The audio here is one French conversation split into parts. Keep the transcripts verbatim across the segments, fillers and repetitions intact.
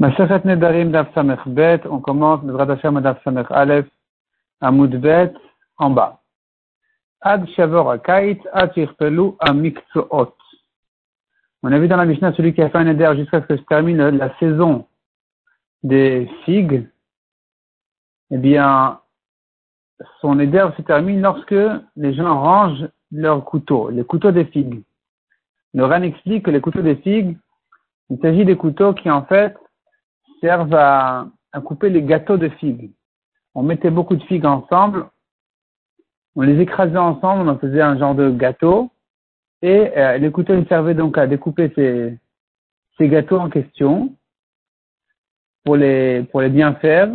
Masechet Nedarim Daf Samech Bet, on commence Bezrat Hashem Daf Samech Aleph, Amud Bet, en bas. Ad Shavor Hakait, Ad Yirpelu Amiktsoot. On a vu dans la Mishnah celui qui a fait un éder jusqu'à ce que se termine la saison des figues. Eh bien, son éder se termine lorsque les gens rangent leurs couteaux, les couteaux des figues. Le Ran explique que les couteaux des figues, il s'agit des couteaux qui en fait servent à, à couper les gâteaux de figues. On mettait beaucoup de figues ensemble, on les écrasait ensemble, on en faisait un genre de gâteau, et euh, les couteaux ils servaient donc à découper ces, ces gâteaux en question pour les, pour les bien faire.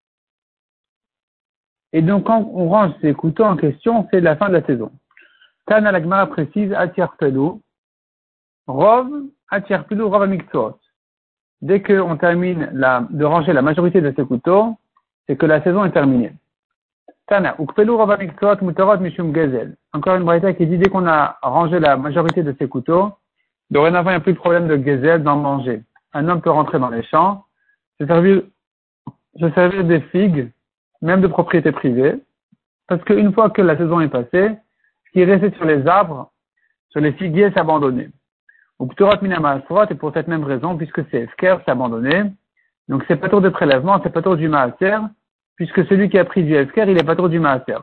Et donc quand on range ces couteaux en question, c'est la fin de la saison. Tana la Gemara précise, Atiyarpelu, Rov, Atiyarpelu, Rov Amiktsot. Dès qu'on termine la, de ranger la majorité de ces couteaux, c'est que la saison est terminée. Tana, Ukpelu Rov Amiktsot, Mutarot Mishum Gezel. Encore une braïta qui dit dès qu'on a rangé la majorité de ces couteaux, dorénavant il n'y a plus de problème de Gezel d'en manger. Un homme peut rentrer dans les champs, se servir, se servir des figues, même de propriété privée, parce qu'une fois que la saison est passée, ce qui est resté sur les arbres, sur les figuiers, c'est abandonné. Ou Ptorot Minamaasrot, et pour cette même raison, puisque c'est Efker, c'est abandonné, donc c'est pas tour de prélèvement, c'est pas tour du Maaser, puisque celui qui a pris du Efker, il est pas tour du Maaser.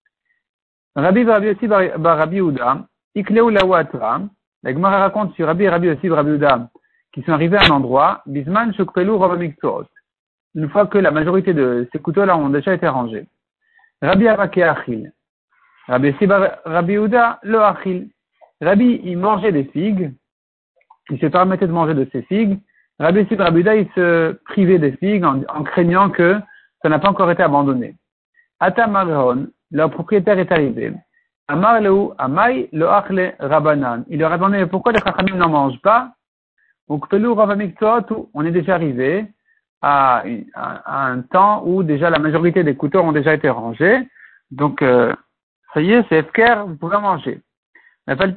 Rabbi Rabbi aussi bar Rabbi Uda, Ikleu Lawatra, la Gemara raconte sur Rabbi Rabbi aussi bar Rabbi Uda, qui sont arrivés à un endroit, Bisman Shukpelu Rov Amiktsot, une fois que la majorité de ces couteaux-là ont déjà été rangés. Rabbi Avake Achil, Rabbi aussi bar Rabbi Uda, le Achil. Rabbi, il mangeait des figues, il se permettait de manger de ces figues. Rabbi Sib Rabuda, il se privait des figues en, en craignant que ça n'a pas encore été abandonné. Atamarhon, leur propriétaire est arrivé. Amar leu, amai le achle rabanan. Il leur a demandé pourquoi les chachamim n'en mangent pas. Donc, pelou ravamiktot, on est déjà arrivé à, à, à un temps où déjà la majorité des couteaux ont déjà été rangés. Donc, euh, ça y est, c'est efker, vous pouvez en manger. Malgré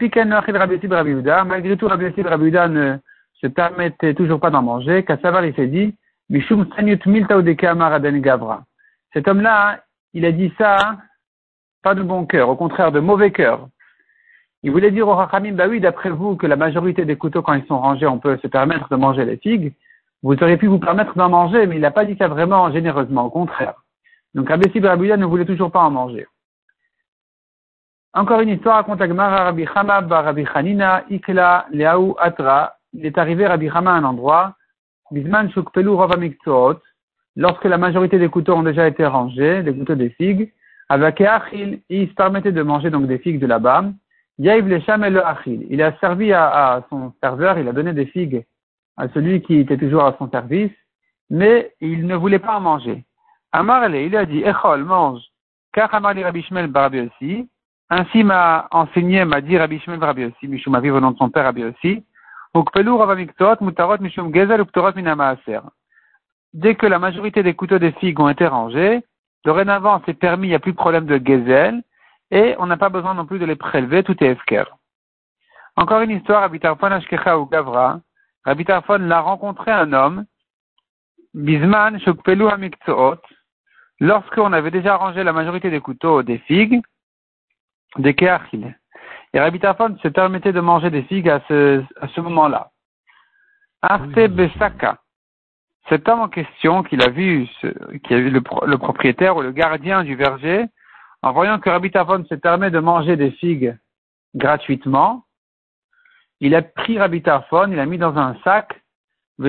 tout, Rabbi Yossi Rabbi Uda ne se permettait toujours pas d'en manger. Kassavar, il s'est dit, Mishum Sanyut Milta Udeke Amar Aden Gavra. Cet homme-là, il a dit ça, pas de bon cœur, au contraire de mauvais cœur. Il voulait dire au Chachamim, bah oui, d'après vous, que la majorité des couteaux, quand ils sont rangés, on peut se permettre de manger les figues. Vous auriez pu vous permettre d'en manger, mais il n'a pas dit ça vraiment généreusement, au contraire. Donc Rabbi Yossi Rabbi Uda ne voulait toujours pas en manger. Encore une histoire, raconte la Gemara, Rabbi Chama bar Rabbi Chanina, Ikla, Leaou, Atra. Il est arrivé Rabbi Chama à un endroit, Bisman Shukpelu Rov Amiktsot, lorsque la majorité des couteaux ont déjà été rangés, les couteaux des figues, avec Achil, il se permettait de manger donc des figues de là-bas. Yaïv le Sham et le Achil. Il a servi à, à son serveur, il a donné des figues à celui qui était toujours à son service, mais il ne voulait pas en manger. Amarle, il a dit, Echol, mange. Car Amarli Rabbi Shmuel bar Rabbi Yossi. Ainsi m'a enseigné, m'a dit Rabbi Shmuel Rabbi Yossi, Mishum Aviv au nom de son père Rabbi Yossi, Ukpelu Rov Amiktsot, Mutarot Mishum Gezel, Uptorot Minamaaser. Dès que la majorité des couteaux des figues ont été rangés, dorénavant c'est permis, il n'y a plus de problème de Gezel, et on n'a pas besoin non plus de les prélever, tout est efker. Encore une histoire, Rabbi Tarfon Ashkecha ou Gavra, Rabbi Tarfon l'a rencontré un homme, Bisman Shukpelu Amiktsot, lorsqu'on avait déjà rangé la majorité des couteaux des figues, des Keachil. Et Rabbi Tarfon se permettait de manger des figues à ce, à ce moment-là. Arte Besaka. Cet homme en question, qu'il a vu, ce, qui a vu le, le propriétaire ou le gardien du verger, en voyant que Rabbi Tarfon se permet de manger des figues gratuitement, il a pris Rabbi Tarfon, il l'a mis dans un sac, il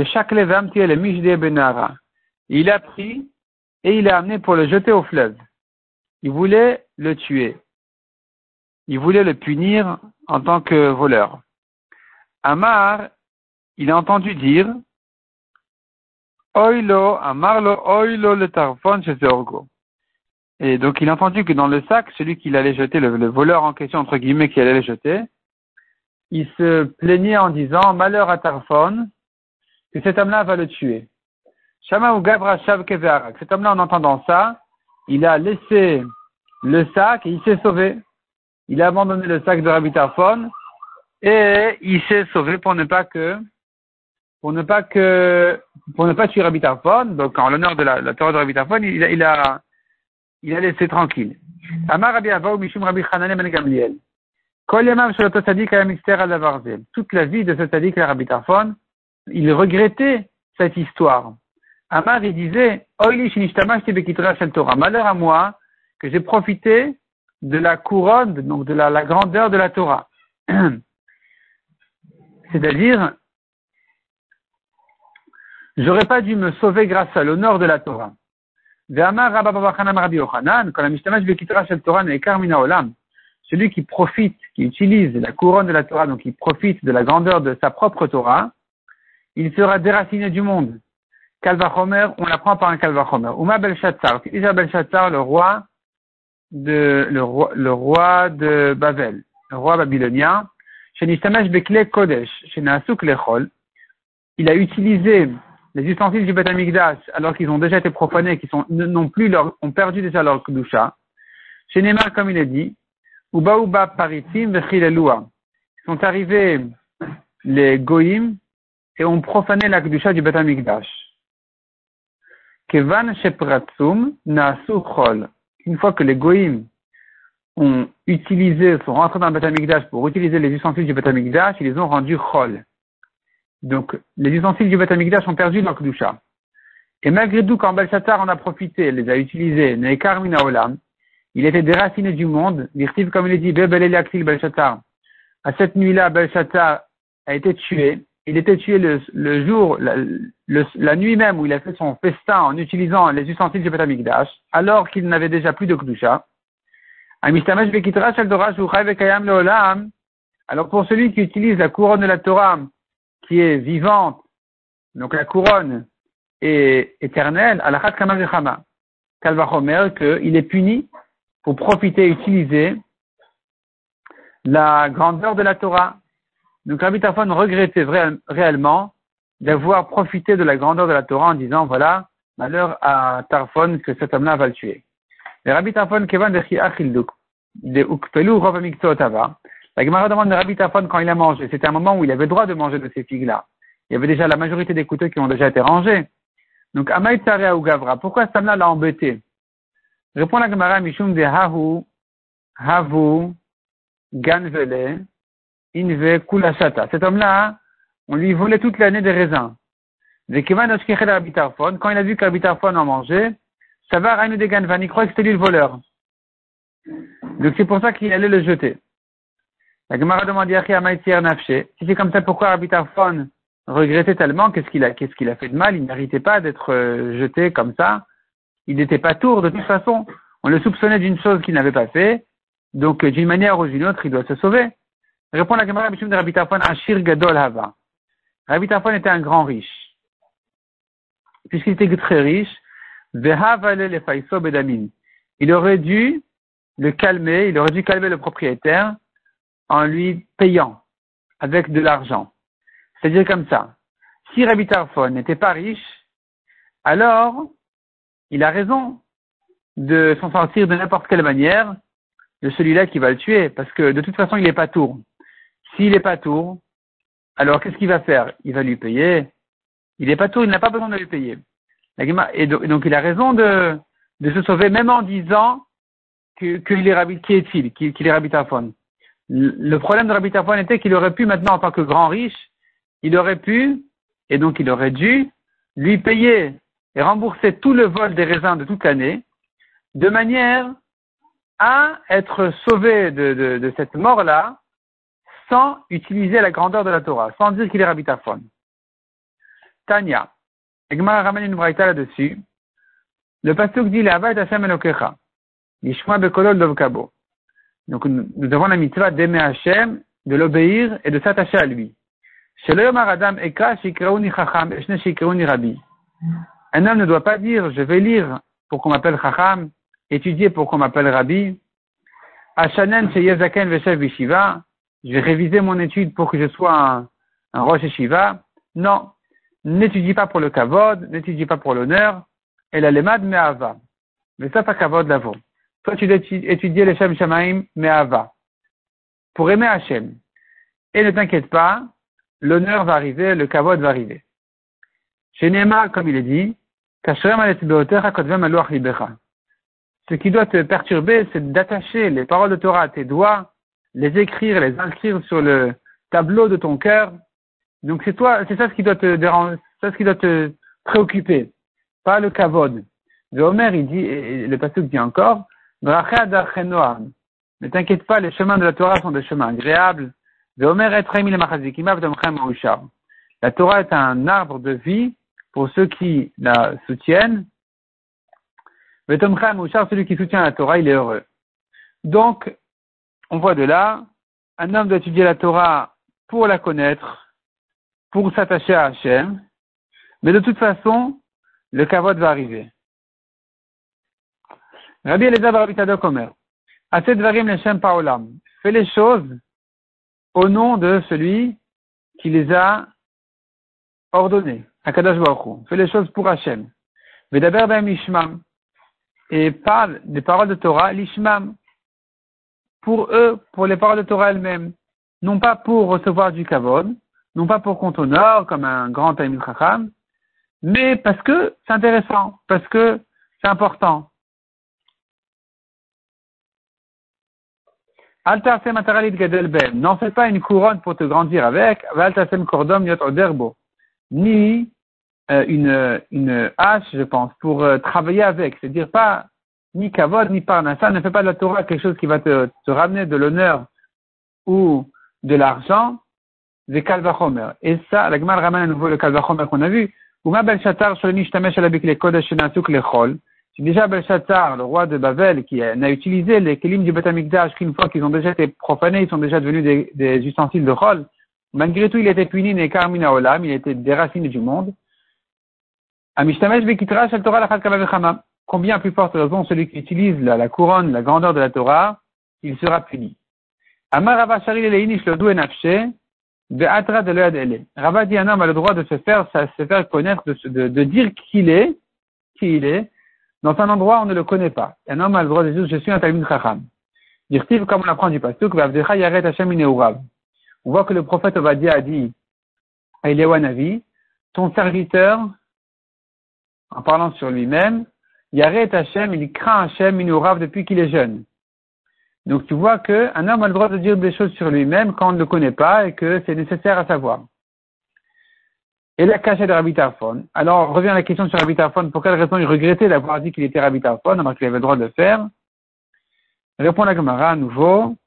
a pris et il l'a amené pour le jeter au fleuve. Il voulait le tuer. Il voulait le punir en tant que voleur. Amar, il a entendu dire, Oilo, Amarlo, Oilo le Tarfon chez Orgo. Et donc il a entendu que dans le sac, celui qui allait jeter, le, le voleur en question, entre guillemets, qui allait le jeter, il se plaignait en disant, malheur à Tarfon, que cet homme-là va le tuer. Shama ou Gavra Shav Kevearak. Cet homme-là, en entendant ça, il a laissé le sac et il s'est sauvé. Il a abandonné le sac de Rabbi Tarfon et il s'est sauvé pour ne pas que pour ne pas que, pour ne pas tuer Rabbi Tarfon, donc en l'honneur de la, la Torah de Rabbi Tarfon, il a, il a, il a laissé tranquille. Amar Rabbi Avaou Mishum Rabbi Hananel ben Gamliel. Kol yamam shel oto tzadik haya mitzter al davar ze. Toute la vie de ce tzadik, le Rabbi Tarfon, il regrettait cette histoire. Amar, il disait, Oili shinishtamashti bekitra shel Torah. Malheur à moi, que j'ai profité de la couronne, donc de la, la grandeur de la Torah. C'est-à-dire, j'aurais pas dû me sauver grâce à l'honneur de la Torah. Ve'amar Rabba Baba Chanam Rabbi Yochanan, quand la mishtamash bekitra shel Torah ne'ekar min ha'olam, celui qui profite, qui utilise la couronne de la Torah, donc qui profite de la grandeur de sa propre Torah, il sera déraciné du monde. Kalvachomer, on l'apprend par un Kalvachomer. Uma Belshazzar, Tilisa Belshazzar, le roi de, le roi, le roi de Babel, le roi babylonien, Shenishtamesh Bekle Kodesh, Shenasuk Lechol, il a utilisé les ustensiles du Beth Amikdash alors qu'ils ont déjà été profanés, qui sont, non plus leur, ont perdu déjà leur Kedusha. Shenemar, comme il est dit, Uba Uba Paritim Vechilelua. Sont arrivés les Goïm et ont profané la Kedusha du Beth Amikdash. Kevan Shepratsum Naasu Chol. Une fois que les Goïm ont utilisé, sont rentrés dans le Beth Amikdash pour utiliser les ustensiles du Beth Amikdash, ils les ont rendus Chol. Donc, les ustensiles du Beth Amikdash ont perdu leur Kedusha. Et malgré tout, quand Belshazzar en a profité, les a utilisés, Ne'ekar min ha'olam, il était déraciné du monde. L'irtiv, comme il est dit, Bebeleliaktil Belshazzar. À cette nuit-là, Belshazzar a été tué. Il était tué le, le jour, la, le, la nuit même où il a fait son festin en utilisant les ustensiles du Beth Amikdash, alors qu'il n'avait déjà plus de Kedusha. Amishtamesh bekitra shel Torah shuchai vekayam leolam. Alors pour celui qui utilise la couronne de la Torah, qui est vivante, donc la couronne est éternelle, alachat kama vechama. Kalvachomer, qu'il est puni pour profiter et utiliser la grandeur de la Torah. Donc Rabbi Tarfon regrettait vrai, réellement d'avoir profité de la grandeur de la Torah en disant, voilà, malheur à Tarfon que cet homme-là va le tuer. Mais Rabbi Tarfon, kevan dechi achilduk, de ukpelu rov amiktsotava. La Gemara demande de Rabbi Tarfon quand il a mangé. C'était un moment où il avait le droit de manger de ces figues-là. Il y avait déjà la majorité des couteaux qui ont déjà été rangés. Donc, Amaï Tsarea ou Gavra, pourquoi cet homme-là l'a embêté? Répond la Gemara, Mishum de Hahu, Havu, Ganvele, Inve, Kulashata. Cet homme-là, on lui volait toute l'année des raisins. De Kevan Oshkechel Rabbi Tarfon, quand il a vu que Rabbi Tarfon en mangeait, ça va, Rainu de Ganvan, il croyait que c'était lui le voleur. Donc, c'est pour ça qu'il allait le jeter. La Gemara demande à Amaï Tsier Nafshe. Si c'est comme ça, pourquoi Rabbi Tarfon regrettait tellement? Qu'est-ce qu'il a, qu'est-ce qu'il a fait de mal? Il ne méritait pas d'être euh, jeté comme ça. Il n'était pas tour, de toute façon. On le soupçonnait d'une chose qu'il n'avait pas fait. Donc, euh, d'une manière ou d'une autre, il doit se sauver. Répond la Gemara Mishum de Rabbi Tarfon, Ashir Gadol Hava. Rabbi Tarfon était un grand riche. Puisqu'il était très riche, Vehavale le Faiso Bedamin. Il aurait dû le calmer, il aurait dû calmer le propriétaire en lui payant avec de l'argent. C'est-à-dire comme ça. Si Rabbi Tarfon n'était pas riche, alors il a raison de s'en sortir de n'importe quelle manière de celui-là qui va le tuer, parce que de toute façon il n'est pas tour. S'il n'est pas tour, alors qu'est-ce qu'il va faire? Il va lui payer. Il n'est pas tour, il n'a pas besoin de lui payer. Et donc il a raison de, de se sauver, même en disant que, qu'il est Rabbi, qui est-il, qu'il est Rabbi Tarfon. Le problème de Rabbi Tarfon était qu'il aurait pu maintenant, en tant que grand riche, il aurait pu, et donc il aurait dû, lui payer et rembourser tout le vol des raisins de toute l'année, de manière à être sauvé de, de, de cette mort-là, sans utiliser la grandeur de la Torah, sans dire qu'il est Rabbi Tarfon. Tanya. Egmara ramène une braïta là-dessus. Le pasuk dit, L'Ava et Hashem Elokecha. Lishma bekolol dovkabo. Donc, nous avons la mitzvah d'aimer Hashem, de l'obéir et de s'attacher à lui. Un homme ne doit pas dire, je vais lire pour qu'on m'appelle Chacham, étudier pour qu'on m'appelle Rabbi. Ashanen sheyezaken veshev bishiva. Je vais réviser mon étude pour que je sois un, un rosh yeshiva. Non. N'étudie pas pour le kavod, n'étudie pas pour l'honneur. Et la lemad me'ava. Mais ça, pas kavod lavo. Toi, tu dois étudier les Shem Shamaim me'ava. Pour aimer Hashem. Et ne t'inquiète pas, l'honneur va arriver, le kavod va arriver. Chez Nema, comme il est dit, ce qui doit te perturber, c'est d'attacher les paroles de Torah à tes doigts, les écrire, les inscrire sur le tableau de ton cœur. Donc c'est toi, c'est ça ce qui doit te déranger, c'est ça ce qui doit te préoccuper, pas le kavod. Le Homer, il dit, et le pasuk dit encore, ne t'inquiète pas, les chemins de la Torah sont des chemins agréables. Le Homer la Torah est un arbre de vie pour ceux qui la soutiennent. Celui qui soutient la Torah, il est heureux. Donc, on voit de là, un homme doit étudier la Torah pour la connaître, pour s'attacher à Hachem, mais de toute façon, le kavod va arriver. Rabbi Eliezer bar Rabbi Tzadok Omer, Aseh dvarim l'Hashem pa'olam, fais les choses au nom de celui qui les a ordonnées, Hakadosh Baruch Hu, fais les choses pour Hachem. Vedaber b'hem lishmam, et parle des paroles de Torah, l'ishmam, pour eux, pour les paroles de Torah elles-mêmes, non pas pour recevoir du kavod, non pas pour qu'on t'honore comme un grand Talmid Chacham, mais parce que c'est intéressant, parce que c'est important. Al ta'asem mataralit gadel ben, n'en fais pas une couronne pour te grandir avec, al ta'asem kordom yot oderbo, ni euh, une une hache, je pense, pour euh, travailler avec, c'est-à-dire pas ni kavod ni parnassa, ne fais pas de la Torah quelque chose qui va te, te ramener de l'honneur ou de l'argent, des kalvachomer. Et ça, la Gemara ramène à nouveau le kalvachomer qu'on a vu. Uma Belshazzar sholeni shtamesh alabik le kodesh shenasuk lechol. C'est déjà Belshazzar, le roi de Babel, qui n'a utilisé les kelim du Beth Amikdash qu'une fois qu'ils ont déjà été profanés, ils sont déjà devenus des, des ustensiles de chol. Malgré tout, il a été puni nekar mina olam, il a été déraciné du monde. Amishtamesh bekitra shel Torah lachal kama vechama. Combien plus forte raison celui qui utilise la, la couronne, la grandeur de la Torah, il sera puni. Amar Rava Shari leinish lodu enafshe be'atra de l'oyad ele. Rava dit un homme a le droit de se faire, se faire connaître, de, de, de dire qui il est, qui il est, dans un endroit où on ne le connaît pas. Un homme a le droit de dire je suis un Talmid Chacham. Dire-t-il comme on apprend du pasuk, v'avdecha yaret Hashem ineurav. On voit que le prophète Ovadia a dit à Eliyahu Navi, ton serviteur, en parlant sur lui-même, Yaret Hashem, il craint Hashem ineurav depuis qu'il est jeune. Donc tu vois qu'un homme a le droit de dire des choses sur lui-même quand on ne le connaît pas et que c'est nécessaire à savoir. Et la cachette de Rabbi Tarfon. Alors, on revient à la question sur Rabbi Tarfon. Pour quelle raison il regrettait d'avoir dit qu'il était Rabbi Tarfon, alors qu'il avait le droit de le faire? Répond la Gemara à nouveau.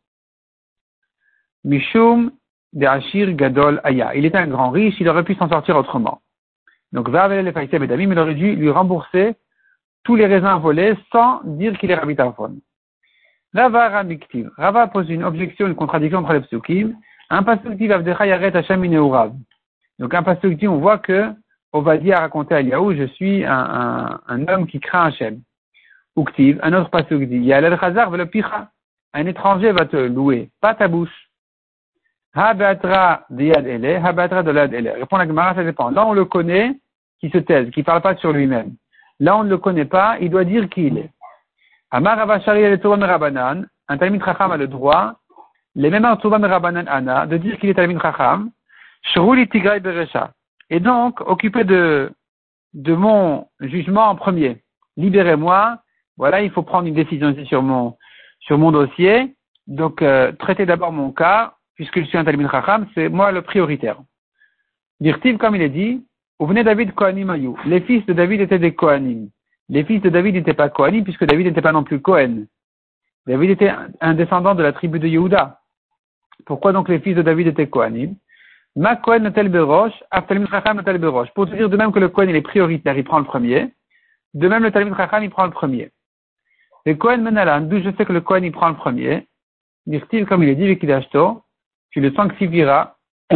Mishum de Ashir Gadol Aya. Il était un grand riche, il aurait pu s'en sortir autrement. Donc, Vavel le Faïsem et Damim, il aurait dû lui rembourser tous les raisins volés sans dire qu'il est Rabbi Tarfon. Rava Ramiktiv. Rava pose une objection, une contradiction entre les psukim. Un pasuk dit Vavdecha Yaret Hashem Ineurav. Donc un pasuk dit, on voit que Ovadia a raconté à Eliyahu, je suis un, un, un homme qui craint Hashem. Uktiv, un autre pasuk dit, Yalel Chazar velo picha. Un étranger va te louer, pas ta bouche. Ha be'atra de yad ele, ha be'atra de yad ele. Répond la Gemara, ça dépend. Là on le connaît, qui se taise, qui parle pas sur lui-même. Là on ne le connaît pas, il doit dire qui il est. Amar Rava Shari el Torah Merabanan, un Talmid Chacham a le droit, les mêmes Torah Merabanan Ana, de dire qu'il est Talmid Chacham, Shrouli Tigray Beresha. Et donc, occupé de, de mon jugement en premier. Libérez-moi. Voilà, il faut prendre une décision ici sur mon, sur mon dossier. Donc, euh, traitez d'abord mon cas, puisque je suis un Talmid Chacham, c'est moi le prioritaire. Dirtiv, comme il est dit, vous venez David Kohanim Ayou. Les fils de David étaient des Kohanim. Les fils de David n'étaient pas Kohanim, puisque David n'était pas non plus Kohen. David était un descendant de la tribu de Yehuda. Pourquoi donc les fils de David étaient Kohanim? Ma Kohen notel berosh, af Talmid Chacham notel berosh. Pour te dire de même que le Kohen il est prioritaire, il prend le premier. De même le Talmid Chacham il prend le premier. Le Kohen menalan, d'où je sais que le Kohen il prend le premier. Dire-t-il comme il est dit, Vikidashto, tu le sanctifieras.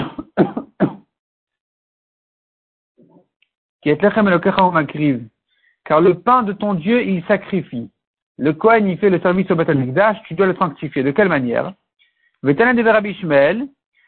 Qui est lechem elokecha umakriv. Car le pain de ton Dieu il sacrifie. Le Kohen il fait le service au Beth Amikdash, tu dois le sanctifier. De quelle manière? Vetanen de Rabbi Shmuel.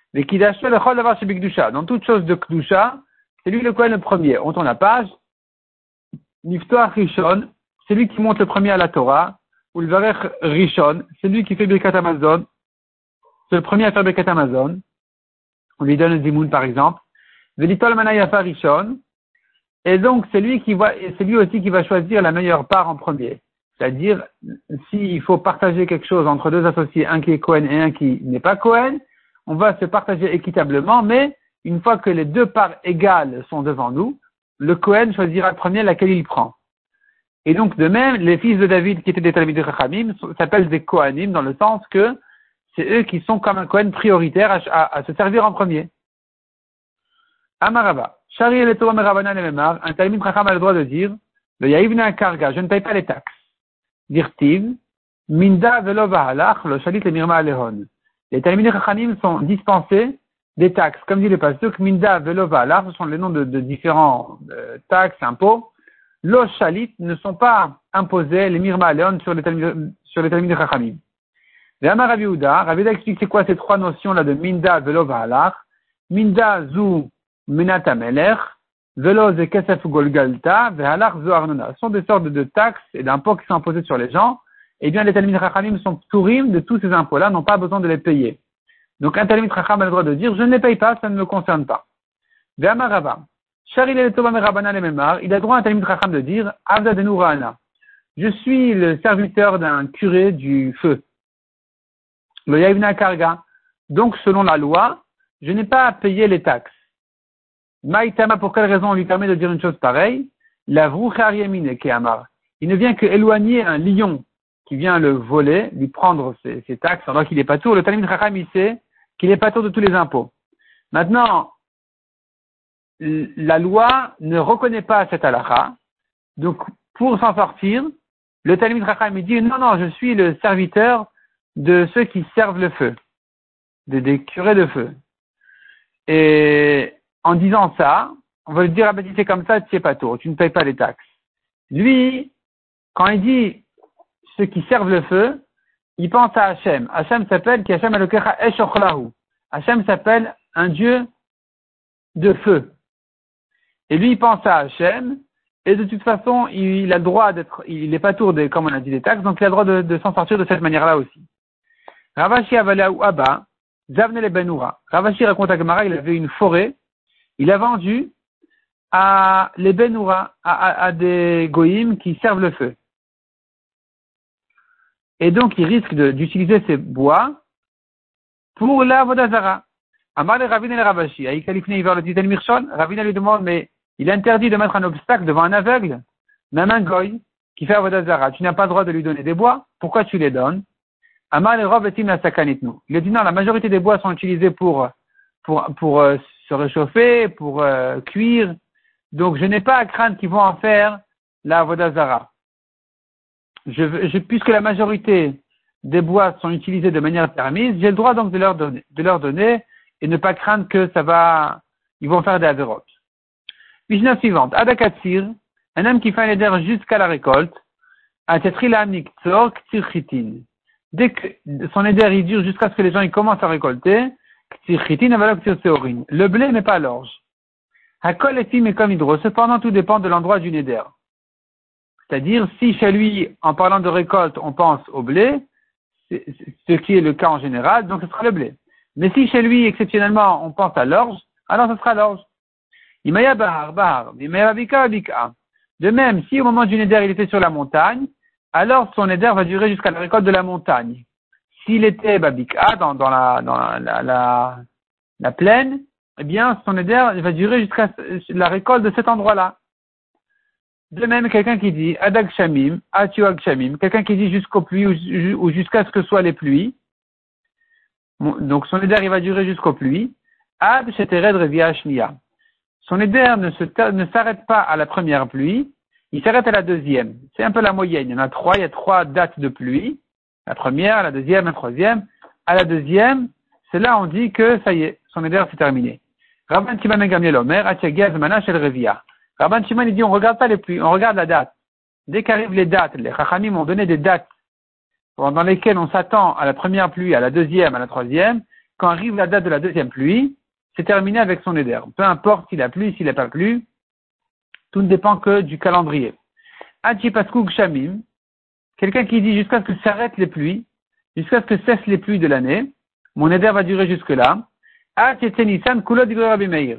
Dans toute chose de Kdusha, c'est lui le Kohen le premier. On tourne la page. Niftoach Rishon, c'est lui qui monte le premier à la Torah. Ou le Varech Rishon, c'est lui qui fait Birkat Amazon. C'est le premier à faire Birkat Amazon. On lui donne le Zimoun par exemple. Velitol Manayafa Rishon. Et donc, c'est lui qui va, c'est lui aussi qui va choisir la meilleure part en premier. C'est-à-dire, s'il faut partager quelque chose entre deux associés, un qui est Cohen et un qui n'est pas Cohen, on va se partager équitablement, mais une fois que les deux parts égales sont devant nous, le Cohen choisira le premier laquelle il prend. Et donc, de même, les fils de David qui étaient des Talmidei Chachamim s'appellent des Kohanim dans le sens que c'est eux qui sont comme un Cohen prioritaire à, à, à se servir en premier. Amarava. Shari el Torah Merabanan et Memar, un Talmid Chacham a le droit de dire, le Yaivna Karga, je ne paye pas les taxes. Dirtiv, Minda velo vahalach, le Shalit le Mirma alehon. Les Talmidei Chachamim sont dispensés des taxes. Comme dit le pasuk, Minda velo vahalach, ce sont les noms de, de différents euh, taxes, impôts. Los Shalit ne sont pas imposés, les Mirma alehon, sur les Talmidei Chachamim. Et Amar Rav Yehuda, Rav Yehuda explique c'est quoi ces trois notions-là de Minda velo vahalach. Minda zu Menat Amelech, Velo ze Kesef Golgalta, Vehalach zu Arnona. Ce sont des sortes de taxes et d'impôts qui sont imposés sur les gens. Eh bien, les Talmidei Chachamim sont tourim de tous ces impôts-là, n'ont pas besoin de les payer. Donc, un Talmid Chacham a le droit de dire, je ne les paye pas, ça ne me concerne pas. Ve'amar Rava. Charil el Tova Merabana le Memar, il a droit à un Talmid Chacham de dire, Avda denu Ra'ana. Je suis le serviteur d'un curé du feu. Le Yaivna Karga. Donc, selon la loi, je n'ai pas à payer les taxes. Maïtama, pour quelle raison on lui permet de dire une chose pareille? La vroucha yemine ke'amar. Il ne vient que éloigner un lion qui vient le voler, lui prendre ses, ses taxes, alors qu'il n'est pas tour. Le Talmid Chacham, il sait qu'il n'est pas tour de tous les impôts. Maintenant, la loi ne reconnaît pas cette halakha. Donc, pour s'en sortir, le Talmid Chacham, il dit, non, non, je suis le serviteur de ceux qui servent le feu, de, des curés de feu. Et en disant ça, on va lui dire, ah ben si c'est comme ça, tu es pas tour, tu ne payes pas les taxes. Lui, quand il dit ceux qui servent le feu, il pense à Hachem. Hachem s'appelle qui Hachem Elokecha Esh Ochlahu. Hachem s'appelle un Dieu de feu. Et lui, il pense à Hachem, et de toute façon, il a le droit d'être, il n'est pas tour des, comme on a dit, des taxes, donc il a le droit de, de s'en sortir de cette manière-là aussi. Ravashi Avala ou Abba, Zavne le Benoura. Ravashi raconte à Gemara, il avait une forêt. Il a vendu à les Benoura, à, à, à des goïms qui servent le feu. Et donc, il risque de, d'utiliser ces bois pour la Vodazara. Amar le Ravina le Ravashi, Aïe Kalifne Ivar le Titel Mirshon, Ravina lui demande, mais il est interdit de mettre un obstacle devant un aveugle, même un goï, qui fait Vodazara. Tu n'as pas le droit de lui donner des bois, pourquoi tu les donnes? Amar le Rav etim la sakanitnu. Il a dit non, la majorité des bois sont utilisés pour, pour, pour, euh, se réchauffer, pour euh, cuire. Donc, je n'ai pas à craindre qu'ils vont en faire la Vodazara. Je, je, puisque la majorité des bois sont utilisés de manière permise, j'ai le droit donc de leur donner, de leur donner et ne pas craindre que ça va, ils vont faire des avérotes. Mishnah suivante. Adakatsir, un homme qui fait un éder jusqu'à la récolte, Atetrila Miktsor Ktsirchitin. Dès que son éder il dure jusqu'à ce que les gens ils commencent à récolter, le blé mais pas l'orge. Hakol et mais comme hydro. Cependant, tout dépend de l'endroit du néder. C'est-à-dire, si chez lui, en parlant de récolte, on pense au blé, ce qui est le cas en général, donc ce sera le blé. Mais si chez lui, exceptionnellement, on pense à l'orge, alors ce sera l'orge. Imaya bahar bahar, imaya bika bika. De même, si au moment du néder, il était sur la montagne, alors son néder va durer jusqu'à la récolte de la montagne. S'il était babika dans, dans la dans la, la, la, la plaine, eh bien son éder va durer jusqu'à la récolte de cet endroit-là. De même, quelqu'un qui dit adag shamim, atu ag shamim, quelqu'un qui dit jusqu'aux pluies ou, ou jusqu'à ce que soient les pluies. Donc son éder il va durer jusqu'aux pluies. Ad shetered revia shniya. Son éder ne se ne s'arrête pas à la première pluie, il s'arrête à la deuxième. C'est un peu la moyenne. Il y en a trois, il y a trois dates de pluie. La première, la deuxième, la troisième. À la deuxième, c'est là on dit que ça y est, son éder c'est terminé. Rabban Shimon ben Gamliel Omer, Atiagia Zmana Shel Revia. Rabban Shimon il dit on regarde pas les pluies, on regarde la date. Dès qu'arrivent les dates, les Chachamim ont donné des dates dans lesquelles on s'attend à la première pluie, à la deuxième, à la troisième. Quand arrive la date de la deuxième pluie, c'est terminé avec son éder. Peu importe s'il a plu, s'il n'a pas plu, tout ne dépend que du calendrier. Achi Paskouk Shamim, quelqu'un qui dit jusqu'à ce que s'arrêtent les pluies, jusqu'à ce que cessent les pluies de l'année, mon éder va durer jusque-là. Nissan Kulot Rabbi Meir.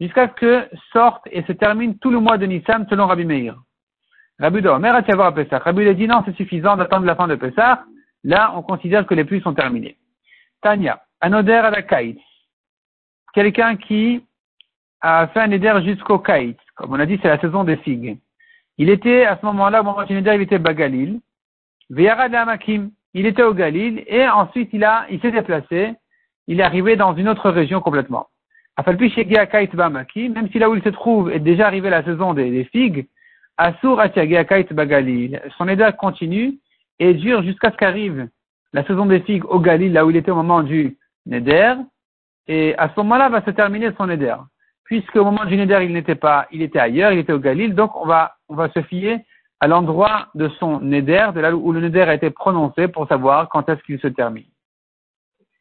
jusqu'à ce que sorte et se termine tout le mois de Nissan selon Rabbi Meir. Rabbi Omer a à Pessah. Rabbi a dit non, c'est suffisant d'attendre la fin de Pessah. Là, on considère que les pluies sont terminées. Tanya, Anoder à la Kaït. Quelqu'un qui a fait un Neder jusqu'au Kaït. Comme on a dit, c'est la saison des figues. Il était, à ce moment-là, au moment du Neder, il était Bagalil. Veyarad Amakim. Il était au Galil et ensuite il a, il s'est déplacé. Il est arrivé dans une autre région complètement. Afalpi Shegia Kaït Bamakim, même si là où il se trouve est déjà arrivé la saison des, des figues, Asur Atiagia Kaït Bagalil. Son Neder continue et dure jusqu'à ce qu'arrive la saison des figues au Galil, là où il était au moment du Neder. Et à ce moment-là va se terminer son Neder. Puisque au moment du Neder, il n'était pas, il était ailleurs, il était au Galil, donc on va, on va se fier à l'endroit de son Neder, de là où le Neder a été prononcé pour savoir quand est-ce qu'il se termine.